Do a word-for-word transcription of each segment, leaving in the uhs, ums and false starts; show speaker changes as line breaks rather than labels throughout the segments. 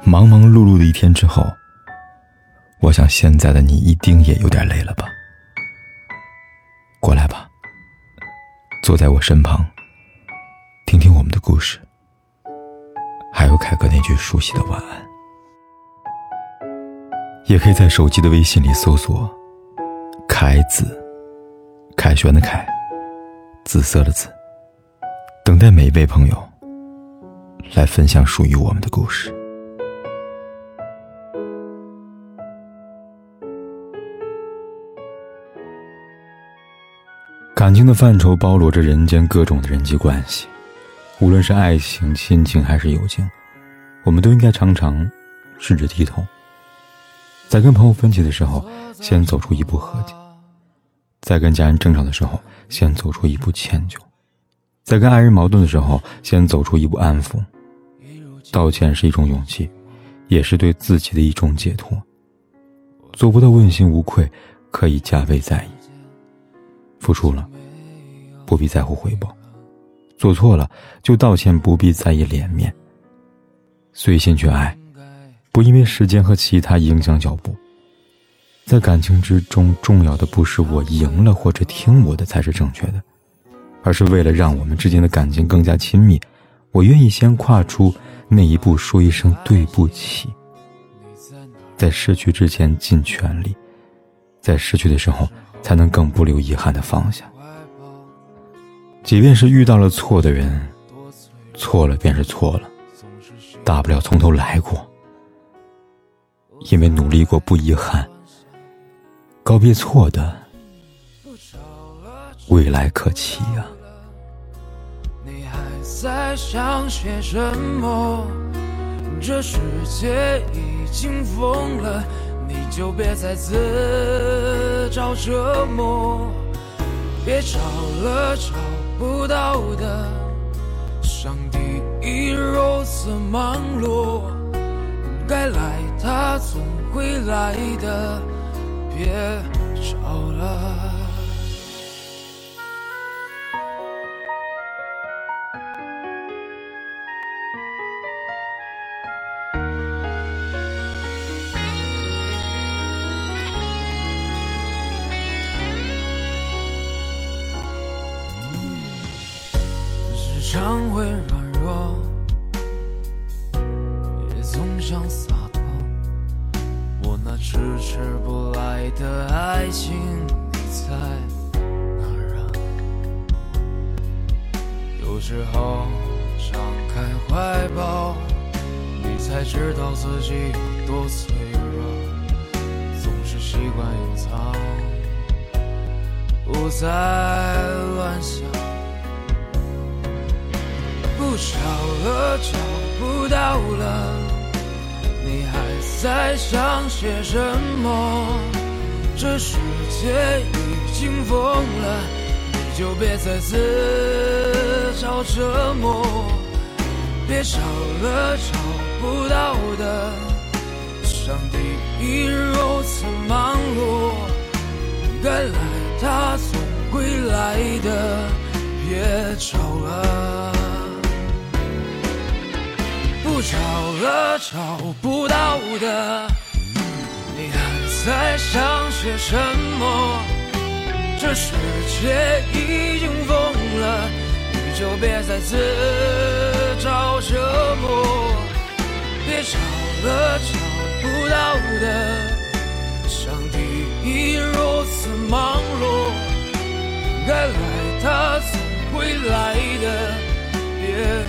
忙忙碌碌的一天之后，我想现在的你一定也有点累了吧。过来吧，坐在我身旁，听听我们的故事，还有凯哥那句熟悉的晚安。也可以在手机的微信里搜索凯子，凯旋的凯，紫色的紫，等待每一位朋友来分享属于我们的故事。感情的范畴包罗着人间各种的人际关系，无论是爱情、亲情还是友情，我们都应该常常试着低头。在跟朋友分歧的时候，先走出一步和解；在跟家人争吵的时候，先走出一步迁就；在跟爱人矛盾的时候，先走出一步安抚。道歉是一种勇气，也是对自己的一种解脱。做不到问心无愧，可以加倍在意。付出了，不必在乎回报；做错了，就道歉，不必在意脸面。随心去爱，不因为时间和其他影响脚步。在感情之中，重要的不是我赢了或者听我的才是正确的，而是为了让我们之间的感情更加亲密，我愿意先跨出那一步，说一声对不起。在失去之前尽全力，在失去的时候才能更不留遗憾的放下。即便是遇到了错的人，错了便是错了，大不了从头来过。因为努力过不遗憾，告别错的，未来可期啊。
你还在想些什么？这世界已经疯了，你就别再自找折磨。别找了找不到的，上帝已如此忙碌，该来他总会来的，别找了。时常会软弱，也总想洒脱，我那迟迟不来的爱情，你在哪儿啊？有时候张开怀抱，你才知道自己有多脆弱，总是习惯隐藏，不再乱想。不找了找不到了，你还在想些什么？这世界已经疯了，你就别再自找折磨。别找了找不到的，上帝已如此忙碌，该来他总会来的，别找了。不找了找不到的，你还在想些什么？这世界已经疯了，你就别再自找折磨。别找了找不到的，上帝已如此忙碌，该来他总会来的，别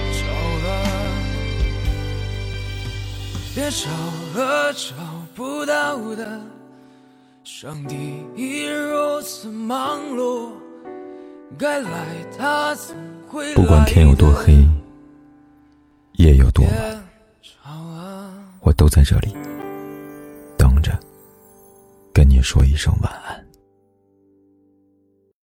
别找了找不到的，上帝已如此忙碌，该来他总会来的。
不管天有多黑，夜有多晚，我都在这里等着跟你说一声晚安。